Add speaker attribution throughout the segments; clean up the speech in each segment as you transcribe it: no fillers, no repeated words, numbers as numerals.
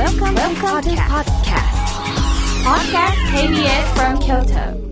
Speaker 1: Welcome to podcast. Podcast KBS from Kyoto.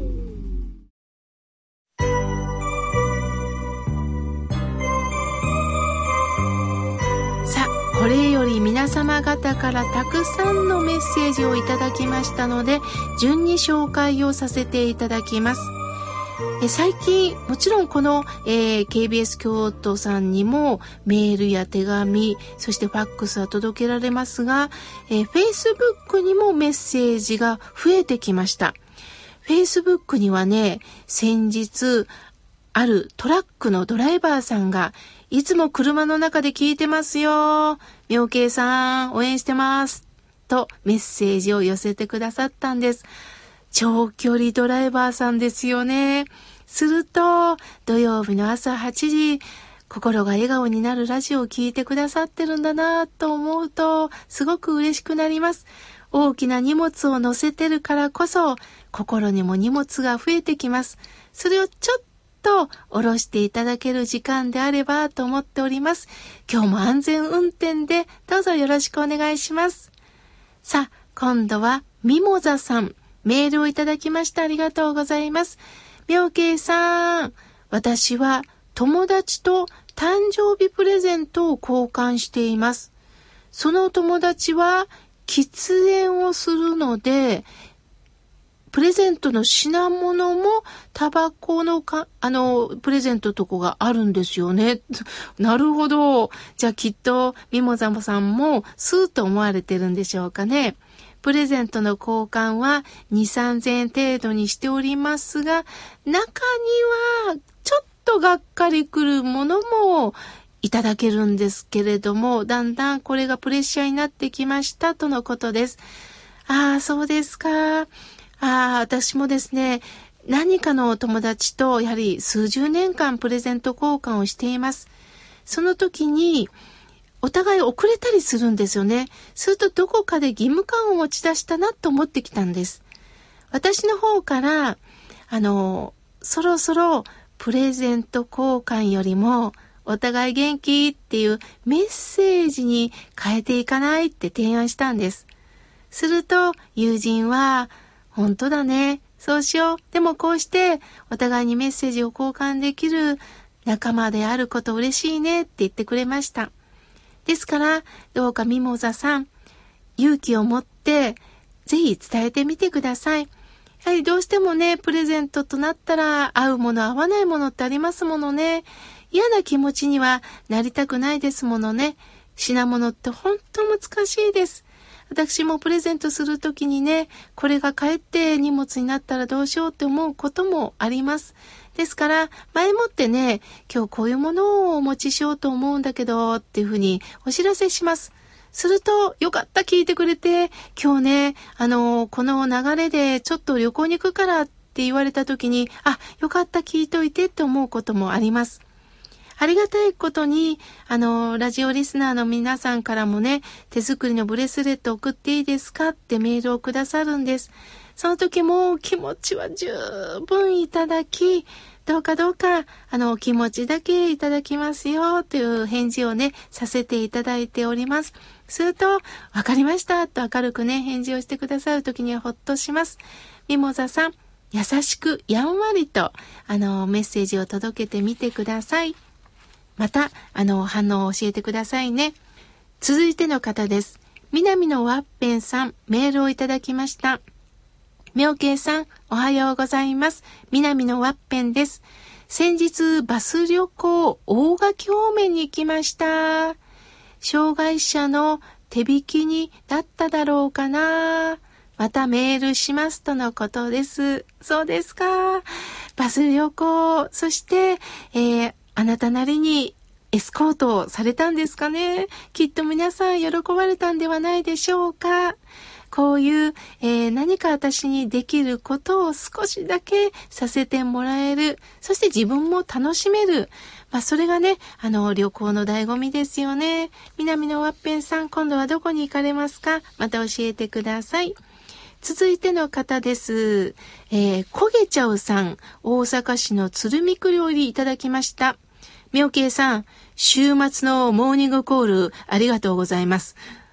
Speaker 2: さあ、これより皆様方からたくさんのメッセージをいただきましたので、順に紹介をさせていただきます。最近もちろんこの、KBS 京都さんにもメールや手紙、そしてファックスは届けられますが、Facebook にもメッセージが増えてきました。Facebook にはね、先日あるトラックのドライバーさんが、いつも車の中で聞いてますよ、妙慶さん応援してますとメッセージを寄せてくださったんです。長距離ドライバーさんですよね。すると土曜日の朝8時、心が笑顔になるラジオを聞いてくださってるんだなと思うとすごく嬉しくなります。大きな荷物を乗せてるからこそ心にも荷物が増えてきます。それをちょっと下ろしていただける時間であればと思っております。今日も安全運転でどうぞよろしくお願いします。さあ、今度はミモザさん、メールをいただきました。ありがとうございます。妙慶さん、私は友達と誕生日プレゼントを交換しています。その友達は喫煙をするので、プレゼントの品物もタバコのプレゼントとかがあるんですよね。なるほど。じゃあきっとミモザさんもスーッと思われてるんでしょうかね。プレゼントの交換は2、3000円程度にしておりますが、中にはちょっとがっかりくるものもいただけるんですけれども、だんだんこれがプレッシャーになってきましたとのことです。ああ、そうですか。私もですね、何かのお友達とやはり数十年間プレゼント交換をしています。その時にお互い遅れたりするんですよね。するとどこかで義務感を持ち出したなと思ってきたんです。私の方からそろそろプレゼント交換よりもお互い元気っていうメッセージに変えていかないって提案したんです。すると友人は、本当だね、そうしよう。でもこうしてお互いにメッセージを交換できる仲間であること嬉しいねって言ってくれました。ですからどうかミモザさん、勇気を持ってぜひ伝えてみてください。やはりどうしてもね、プレゼントとなったら合うもの合わないものってありますものね。嫌な気持ちにはなりたくないですものね。品物って本当難しいです。私もプレゼントするときにね、これがかえって荷物になったらどうしようって思うこともあります。ですから前もってね、今日こういうものをお持ちしようと思うんだけどっていうふうにお知らせします。すると、よかった、聞いてくれて、今日ね、この流れでちょっと旅行に行くからって言われた時に、よかった、聞いといてって思うこともあります。ありがたいことに、ラジオリスナーの皆さんからもね、手作りのブレスレット送っていいですかってメールをくださるんです。その時も気持ちは十分いただき、どうか気持ちだけいただきますよという返事をね、させていただいております。すると、わかりましたと明るくね、返事をしてくださる時にはほっとします。ミモザさん、優しくやんわりとメッセージを届けてみてください。また反応を教えてくださいね。続いての方です。南のワッペンさん、メールをいただきました。妙慶さん、おはようございます。南のワッペンです。先日バス旅行大垣方面に行きました。障害者の手引きになっただろうかな。またメールしますとのことです。そうですか。バス旅行、そして、あなたなりにエスコートをされたんですかね。きっと皆さん喜ばれたんではないでしょうか。こういう、何か私にできることを少しだけさせてもらえる。そして自分も楽しめる。それがね、旅行の醍醐味ですよね。南のワッペンさん、今度はどこに行かれますか？また教えてください。続いての方です。焦げちゃうさん、大阪市の鶴見区よりいただきました。妙慶さん、週末のモーニングコールありがとうございます。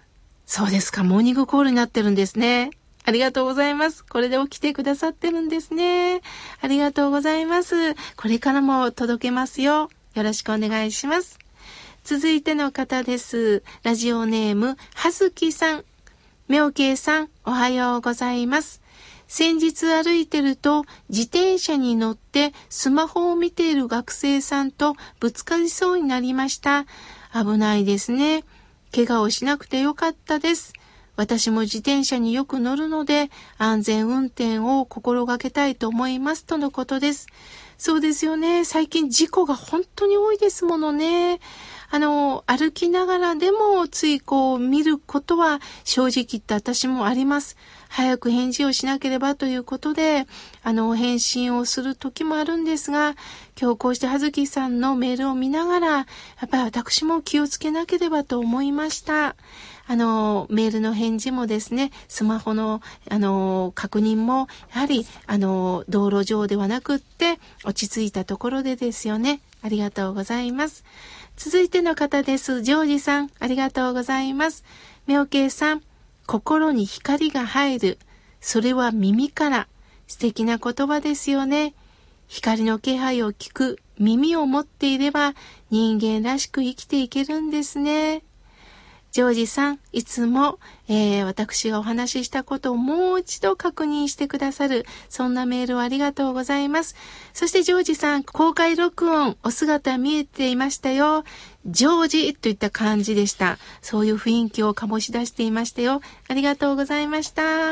Speaker 2: そうですか、モーニングコールになってるんですね。ありがとうございます。これで起きてくださってるんですね。ありがとうございます。これからも届けますよ。よろしくお願いします。続いての方です。ラジオネーム、はずきさん。妙慶さん、おはようございます。先日歩いてると自転車に乗ってスマホを見ている学生さんとぶつかりそうになりました。危ないですね。怪我をしなくてよかったです。私も自転車によく乗るので安全運転を心がけたいと思いますとのことです。そうですよね。最近事故が本当に多いですものね。歩きながらでもつい見ることは正直言って私もあります。早く返事をしなければということで、返信をする時もあるんですが、今日こうして葉月さんのメールを見ながら、やっぱり私も気をつけなければと思いました。メールの返事もですね、スマホの、確認も、やはり、道路上ではなくって、落ち着いたところでですよね。ありがとうございます。続いての方です。ジョージさん、ありがとうございます。妙慶さん、心に光が入る。それは耳から。素敵な言葉ですよね。光の気配を聞く耳を持っていれば人間らしく生きていけるんですね。ジョージさん、いつも、私がお話ししたことをもう一度確認してくださる、そんなメールをありがとうございます。そしてジョージさん、公開録音、お姿見えていましたよ。ジョージといった感じでした。そういう雰囲気を醸し出していましたよ。ありがとうございました。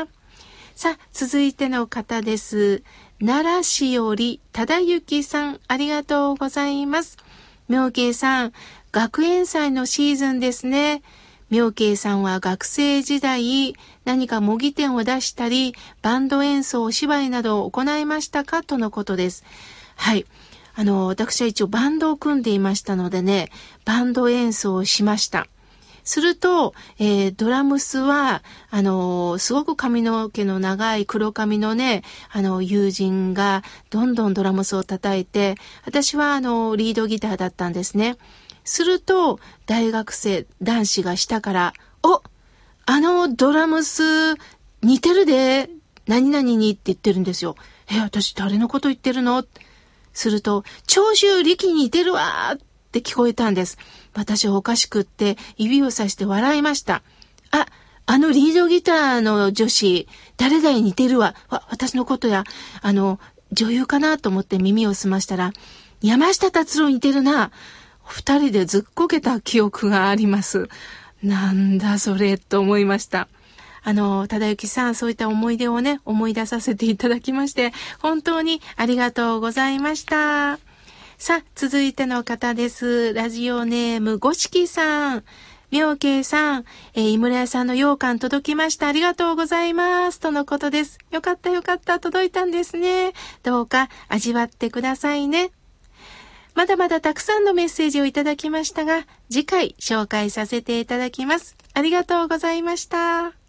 Speaker 2: さあ、続いての方です。奈良市より忠之さん、ありがとうございます。妙慶さん、学園祭のシーズンですね。妙慶さんは学生時代、何か模擬店を出したり、バンド演奏、お芝居などを行いましたかとのことです。はい。私は一応バンドを組んでいましたのでね、バンド演奏をしました。すると、ドラムスは、すごく髪の毛の長い黒髪のね、友人がどんどんドラムスを叩いて、私はリードギターだったんですね。すると、大学生男子が下から、ドラムス似てるで、何々にって言ってるんですよ。私誰のこと言ってるの？すると、長州力に似てるわーって聞こえたんです。私はおかしくって指をさして笑いました。リードギターの女子、誰々似てるわ。私のことや、女優かなと思って耳を澄ましたら、山下達郎似てるな。二人でずっこけた記憶があります。なんだそれと思いました。忠之さん、そういった思い出をね、思い出させていただきまして、本当にありがとうございました。さあ、続いての方です。ラジオネーム、ごしきさん。妙慶さん、井村屋さんの羊羹届きました。ありがとうございます。とのことです。よかったよかった。届いたんですね。どうか味わってくださいね。まだまだたくさんのメッセージをいただきましたが、次回紹介させていただきます。ありがとうございました。